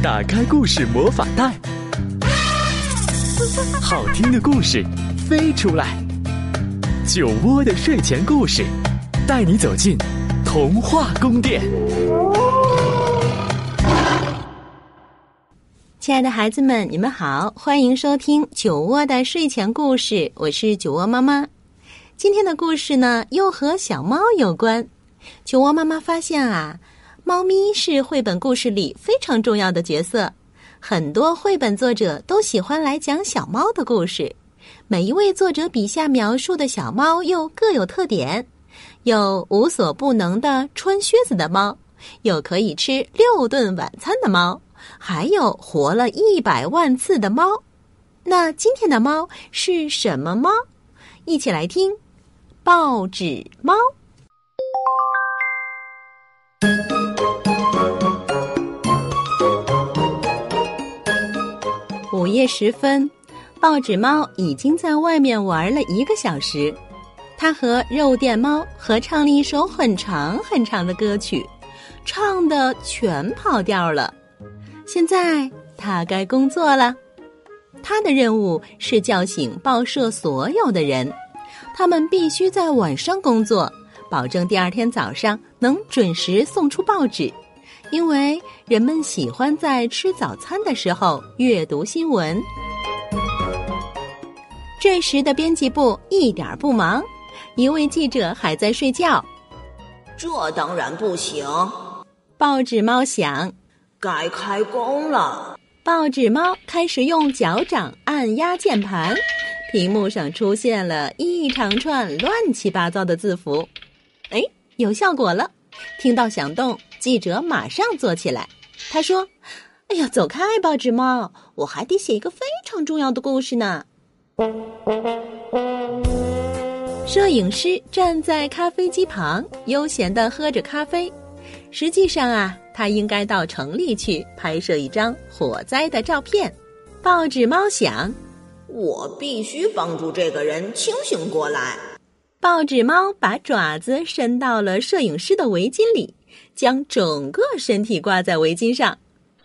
打开故事魔法袋，好听的故事飞出来。酒窝的睡前故事，带你走进童话宫殿。 亲爱的孩子们，你们好，欢迎收听酒窝的睡前故事，我是酒窝妈妈。今天的故事呢，又和小猫有关。酒窝妈妈发现啊，猫咪是绘本故事里非常重要的角色，很多绘本作者都喜欢来讲小猫的故事。每一位作者笔下描述的小猫又各有特点，有无所不能的穿靴子的猫，有可以吃6顿晚餐的猫，还有活了100万次的猫。那今天的猫是什么猫？一起来听报纸猫。午夜时分，报纸猫已经在外面玩了1个小时。它和肉店猫合唱了一首很长很长的歌曲，唱的全跑调了。现在它该工作了。它的任务是叫醒报社所有的人，他们必须在晚上工作，保证第二天早上能准时送出报纸。因为人们喜欢在吃早餐的时候阅读新闻。这时的编辑部一点不忙，一位记者还在睡觉。 这当然不行， 报纸猫想， 该开工了。 报纸猫开始用脚掌按压键盘，屏幕上出现了一长串乱七八糟的字符。哎，有效果了！听到响动，记者马上坐起来。他说：“哎呀，走开，报纸猫，我还得写一个非常重要的故事呢。”摄影师站在咖啡机旁，悠闲地喝着咖啡。实际上啊，他应该到城里去拍摄一张火灾的照片。报纸猫想， 我必须帮助这个人清醒过来。 报纸猫把爪子伸到了摄影师的围巾里，将整个身体挂在围巾上。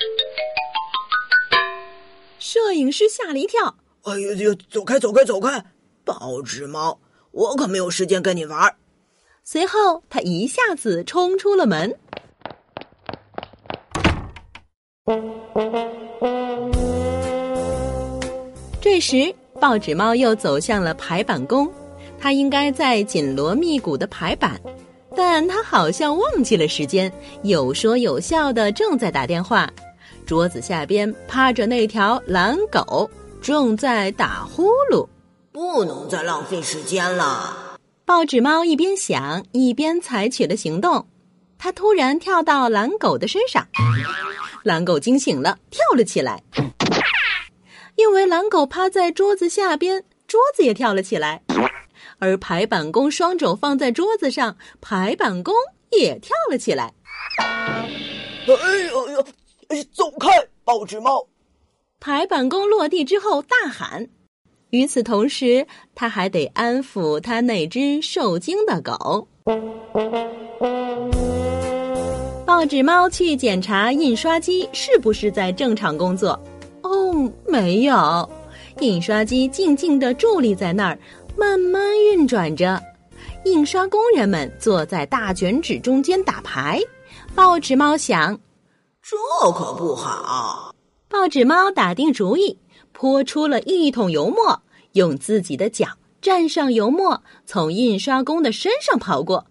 摄影师吓了一跳， 哎呦，走开！报纸猫，我可没有时间跟你玩。 随后他一下子冲出了门。这时报纸猫又走向了排版工，他应该在紧锣密鼓的排版，但他好像忘记了时间，有说有笑的正在打电话。桌子下边趴着那条蓝狗，正在打呼噜。 不能再浪费时间了。 报纸猫一边想，一边采取了行动。他突然跳到蓝狗的身上，蓝狗惊醒了，跳了起来。因为蓝狗趴在桌子下边，桌子也跳了起来。而排版工双肘放在桌子上，排版工也跳了起来。 走开，报纸猫！ 排版工落地之后大喊。与此同时，他还得安抚他那只受惊的狗。报纸猫去检查印刷机是不是在正常工作。哦，没有，印刷机静静地伫立在那儿，慢慢运转着。印刷工人们坐在大卷纸中间打牌。报纸猫想， 这可不好。 报纸猫打定主意，泼出了1桶油墨，用自己的脚蘸上油墨，从印刷工的身上跑过。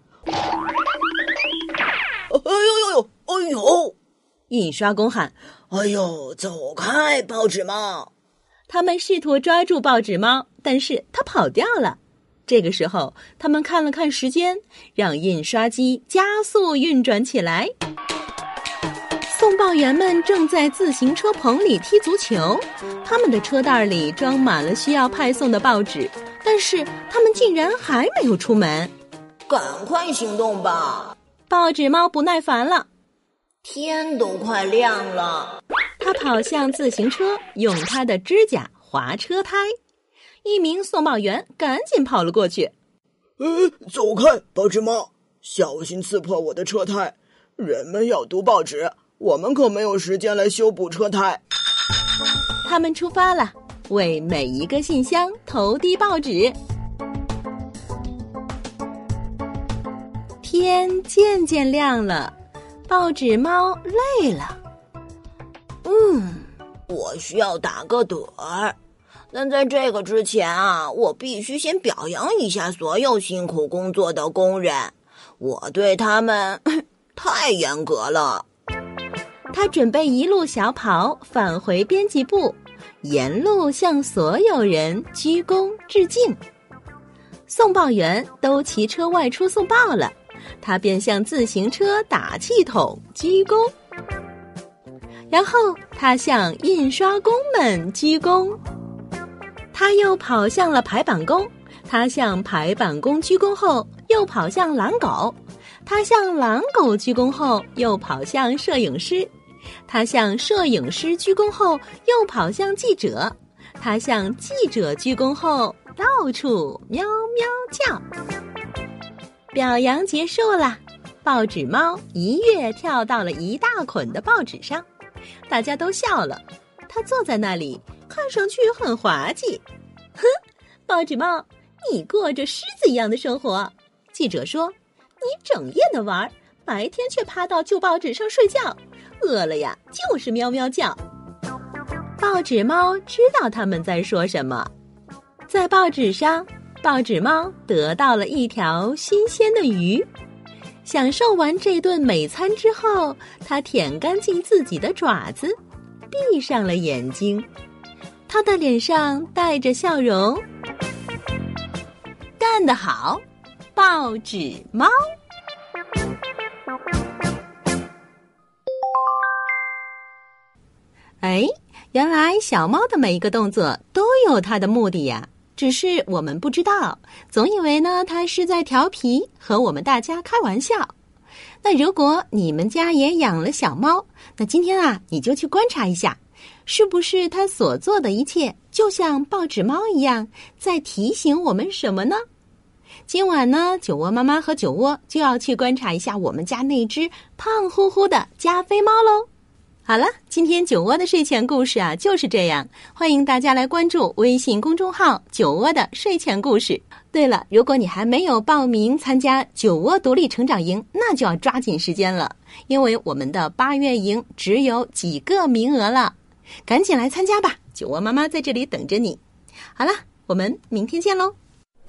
哎呦！ 印刷工喊：“ 哎呦，走开，报纸猫！” 他们试图抓住报纸猫，但是它跑掉了。这个时候，他们看了看时间，让印刷机加速运转起来。送报员们正在自行车棚里踢足球，他们的车袋里装满了需要派送的报纸，但是他们竟然还没有出门。 赶快行动吧！ 报纸猫不耐烦了。 天都快亮了。 他跑向自行车，用他的指甲划车胎。一名送报员赶紧跑了过去。 走开，报纸猫！小心刺破我的车胎。人们要读报纸， 我们可没有时间来修补车胎。 他们出发了，为每一个信箱投递报纸。天渐渐亮了，报纸猫累了。 我需要打个盹儿，但在这个之前啊，我必须先表扬一下所有辛苦工作的工人，我对他们太严格了。 他准备一路小跑返回编辑部，沿路向所有人鞠躬致敬。送报员都骑车外出送报了，他便向自行车打气筒鞠躬，然后他向印刷工们鞠躬。他又跑向了排版工，他向排版工鞠躬后，又跑向狼狗，他向狼狗鞠躬后，又跑向摄影师，他向摄影师鞠躬后，又跑向记者，他向记者鞠躬后，到处喵喵叫。表扬结束了，报纸猫一跃跳到了一大捆的报纸上，大家都笑了。他坐在那里，看上去很滑稽。哼，报纸猫，你过着狮子一样的生活。记者说，你整夜的玩，白天却趴到旧报纸上睡觉，饿了呀就是喵喵叫。报纸猫知道他们在说什么。在报纸上，报纸猫得到了一条新鲜的鱼。享受完这顿美餐之后，它舔干净自己的爪子，闭上了眼睛。他的脸上带着笑容。干得好，报纸猫！哎，原来小猫的每一个动作都有它的目的呀，只是我们不知道，总以为呢它是在调皮，和我们大家开玩笑。那如果你们家也养了小猫，那今天啊，你就去观察一下，是不是它所做的一切就像报纸猫一样，在提醒我们什么呢？今晚呢，酒窝妈妈和酒窝就要去观察一下我们家那只胖乎乎的加菲猫喽。好了，今天酒窝的睡前故事啊就是这样，欢迎大家来关注微信公众号酒窝的睡前故事。对了，如果你还没有报名参加酒窝独立成长营，那就要抓紧时间了，因为我们的8月营只有几个名额了，赶紧来参加吧，酒窝妈妈在这里等着你。好了，我们明天见喽。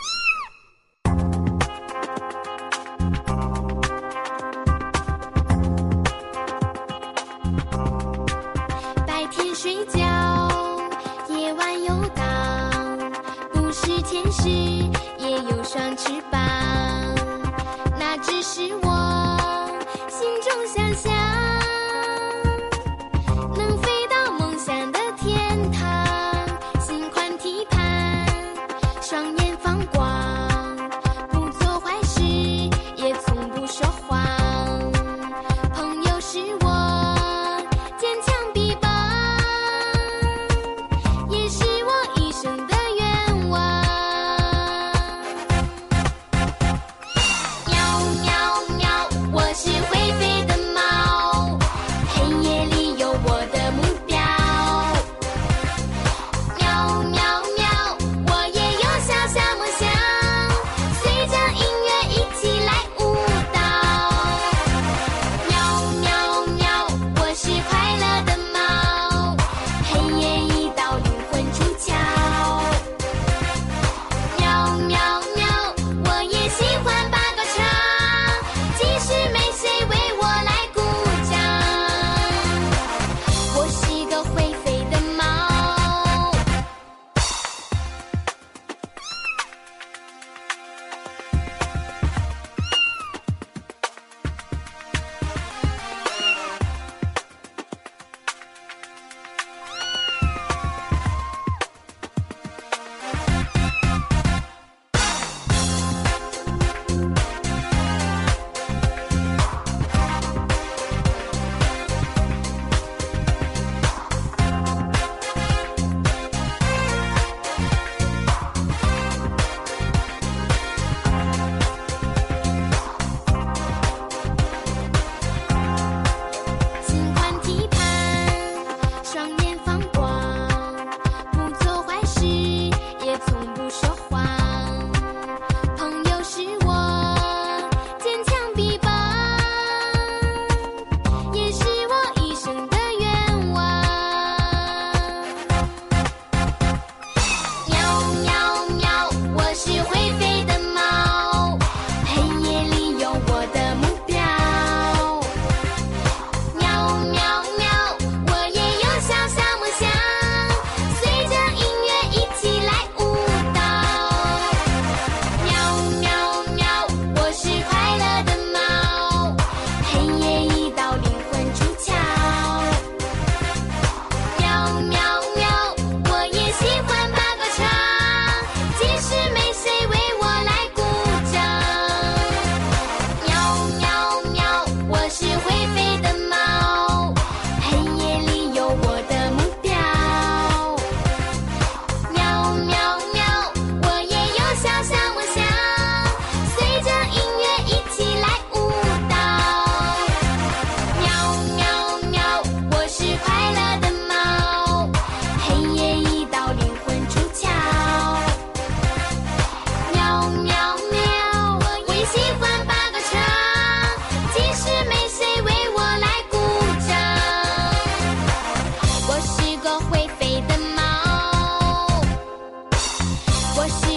睡觉，夜晚游荡，不是天使，也有双翅膀。那只是我心中想象，能飞到梦想的天堂。心宽体盘，双眼放光，不做坏事，也从不说谎。朋友是我坚强臂膀。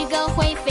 个会